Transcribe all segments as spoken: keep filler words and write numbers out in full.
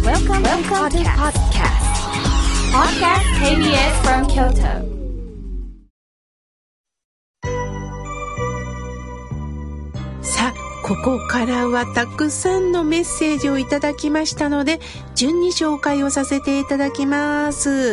Welcome, Welcome to podcast. Podcast ケービーエス from Kyoto. さあ、ここからはたくさんのメッセージをいただきましたので、順に紹介をさせていただきます。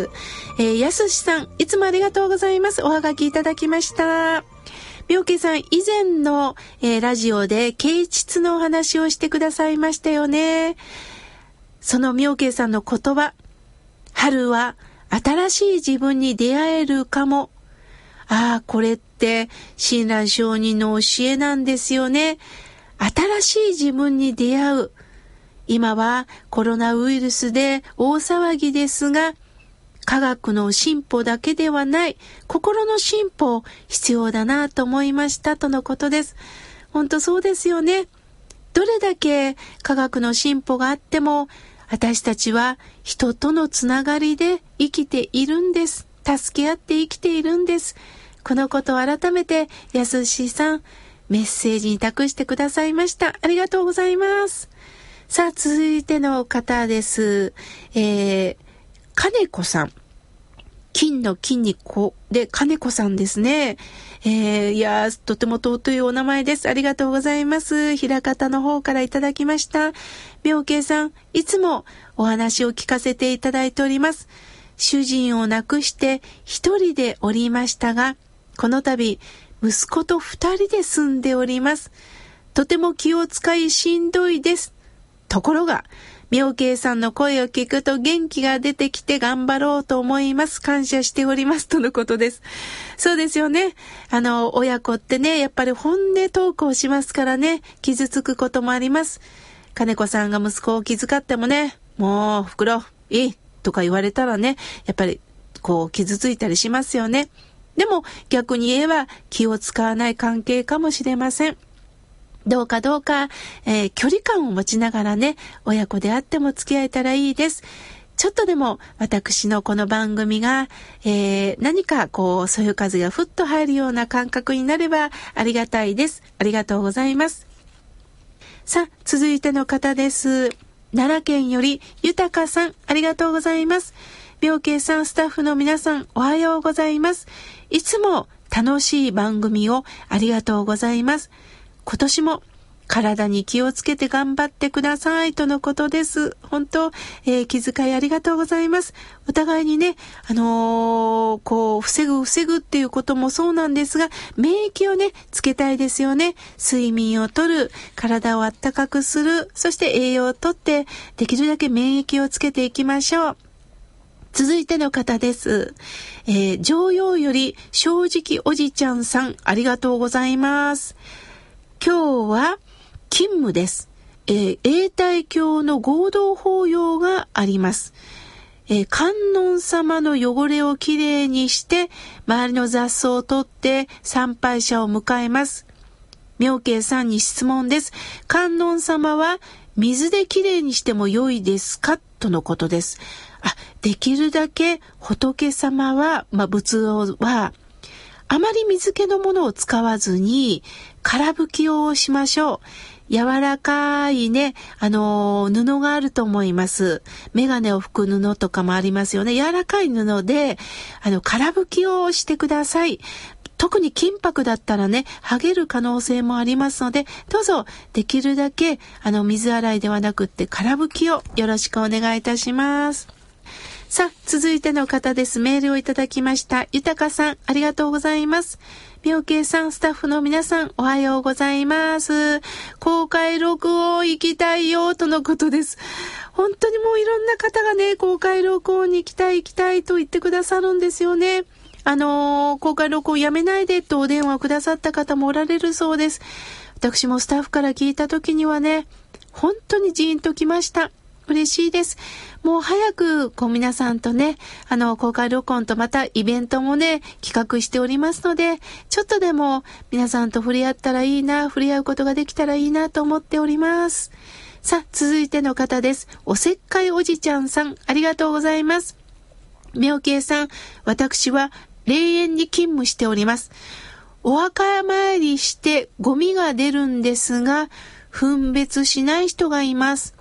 えー、やすしさん、いつもありがとうございます。おはがきいただきました。みょうけいさん、以前の、えー、ラジオで啓蟄のお話をしてくださいましたよね。そのみょうけいさんの言葉、春は新しい自分に出会えるかも。ああ、これって親鸞上人の教えなんですよね。新しい自分に出会う。今はコロナウイルスで大騒ぎですが、科学の進歩だけではない、心の進歩必要だなと思いましたとのことです。本当そうですよね。どれだけ科学の進歩があっても、私たちは人とのつながりで生きているんです。助け合って生きているんです。このことを改めてやすしさんメッセージに託してくださいました。ありがとうございます。さあ、続いての方です。えー、金子さん。金の金に子で金子さんですね。えー、いやー、とても尊いお名前です。ありがとうございます。平方の方からいただきました。みょうけいさん、いつもお話を聞かせていただいております。主人を亡くして一人でおりましたが、この度、息子と二人で住んでおります。とても気を使いしんどいです。ところが、みょうけいさんの声を聞くと元気が出てきて頑張ろうと思います。感謝しております。とのことです。そうですよね。あの、親子ってね、やっぱり本音トークをしますからね、傷つくこともあります。金子さんが息子を気遣ってもね、もう、袋、いいとか言われたらね、やっぱり、こう、傷ついたりしますよね。でも、逆に言えば、気を使わない関係かもしれません。どうかどうか、えー、距離感を持ちながらね、親子であっても付き合えたらいいです。ちょっとでも私のこの番組が、えー、何かこう、そういう風がふっと入るような感覚になればありがたいです。ありがとうございます。さあ、続いての方です。奈良県より豊さん、ありがとうございます。みょうけいさん、スタッフの皆さん、おはようございます。いつも楽しい番組をありがとうございます。今年も体に気をつけて頑張ってくださいとのことです。本当、えー、気遣いありがとうございます。お互いにね、あのー、こう、防ぐ防ぐっていうこともそうなんですが、免疫をね、つけたいですよね。睡眠をとる、体をあったかくする、そして栄養をとって、できるだけ免疫をつけていきましょう。続いての方です。えー、常陽より正直おじちゃんさん、ありがとうございます。今日は勤務です。えー、永代経の合同法要があります。えー、観音様の汚れをきれいにして周りの雑草を取って参拝者を迎えます。みょうけいさんに質問です。観音様は水できれいにしても良いですかとのことです。あ、できるだけ仏様は、まあ、仏像はあまり水気のものを使わずに空拭きをしましょう。柔らかいね、あのー、布があると思います。メガネを拭く布とかもありますよね。柔らかい布で、あの、空拭きをしてください。特に金箔だったらね、剥げる可能性もありますので、どうぞできるだけ、あの、水洗いではなくって空拭きをよろしくお願いいたします。さあ、続いての方です。メールをいただきました。ゆたかさん、ありがとうございます。みょうけいさん、スタッフの皆さん、おはようございます。公開録音行きたいよ、とのことです。本当にもういろんな方がね、公開録音に行きたい行きたいと言ってくださるんですよね。あのー、公開録音やめないでとお電話をくださった方もおられるそうです。私もスタッフから聞いた時にはね、本当にジーンときました。嬉しいです。もう早くこう皆さんとね、あの公開録音とまたイベントもね企画しておりますので、ちょっとでも皆さんと触れ合ったらいいな、触れ合うことができたらいいなと思っております。さあ、続いての方です。おせっかいおじちゃんさん、ありがとうございます。みょうけいさん、私は霊園に勤務しております。お墓参りしてゴミが出るんですが、分別しない人がいます。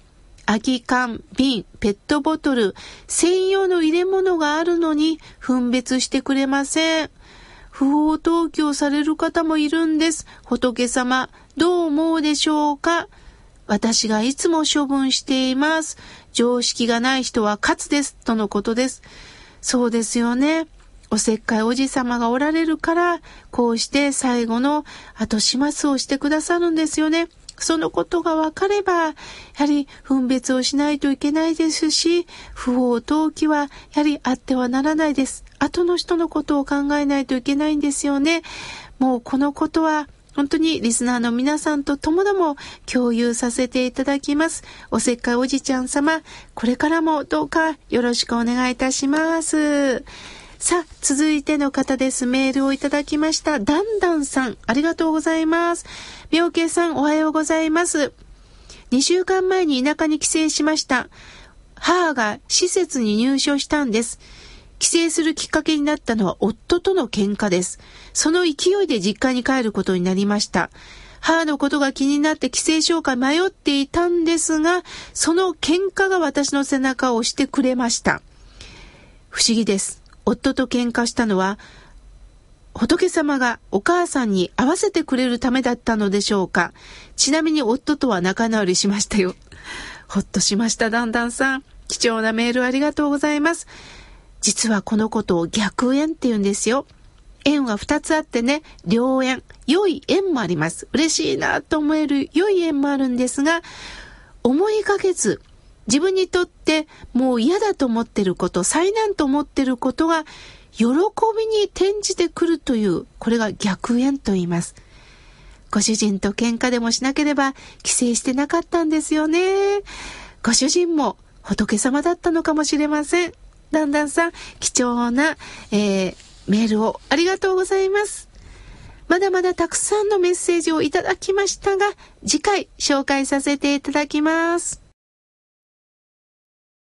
空き缶、瓶、ペットボトル、専用の入れ物があるのに分別してくれません。不法投棄をされる方もいるんです。仏様、どう思うでしょうか。私がいつも処分しています。常識がない人は勝つです。とのことです。そうですよね。おせっかいおじさまがおられるから、こうして最後の後始末をしてくださるんですよね。そのことが分かれば、やはり分別をしないといけないですし、不法投棄はやはりあってはならないです。後の人のことを考えないといけないんですよね。もうこのことは本当にリスナーの皆さんとともども共有させていただきます。おせっかいおじちゃん様、これからもどうかよろしくお願いいたします。さあ、続いての方です。メールをいただきました。ダンダンさん、ありがとうございます。妙慶さん、おはようございます。にしゅうかんまえに田舎に帰省しました。母が施設に入所したんです。帰省するきっかけになったのは夫との喧嘩です。その勢いで実家に帰ることになりました。母のことが気になって帰省しようか迷っていたんですが、その喧嘩が私の背中を押してくれました。不思議です。夫と喧嘩したのは、仏様がお母さんに会わせてくれるためだったのでしょうか。ちなみに夫とは仲直りしましたよ。ほっとしました。ダンダンさん、貴重なメールありがとうございます。実はこのことを逆縁って言うんですよ。縁は二つあってね、良縁、良い縁もあります。嬉しいなと思える良い縁もあるんですが、思いがけず、自分にとってもう嫌だと思ってること、災難と思ってることが喜びに転じてくるという、これが逆縁と言います。ご主人と喧嘩でもしなければ帰省してなかったんですよね。ご主人も仏様だったのかもしれません。ダンダンさん、貴重な、えー、メールをありがとうございます。まだまだたくさんのメッセージをいただきましたが、次回紹介させていただきます。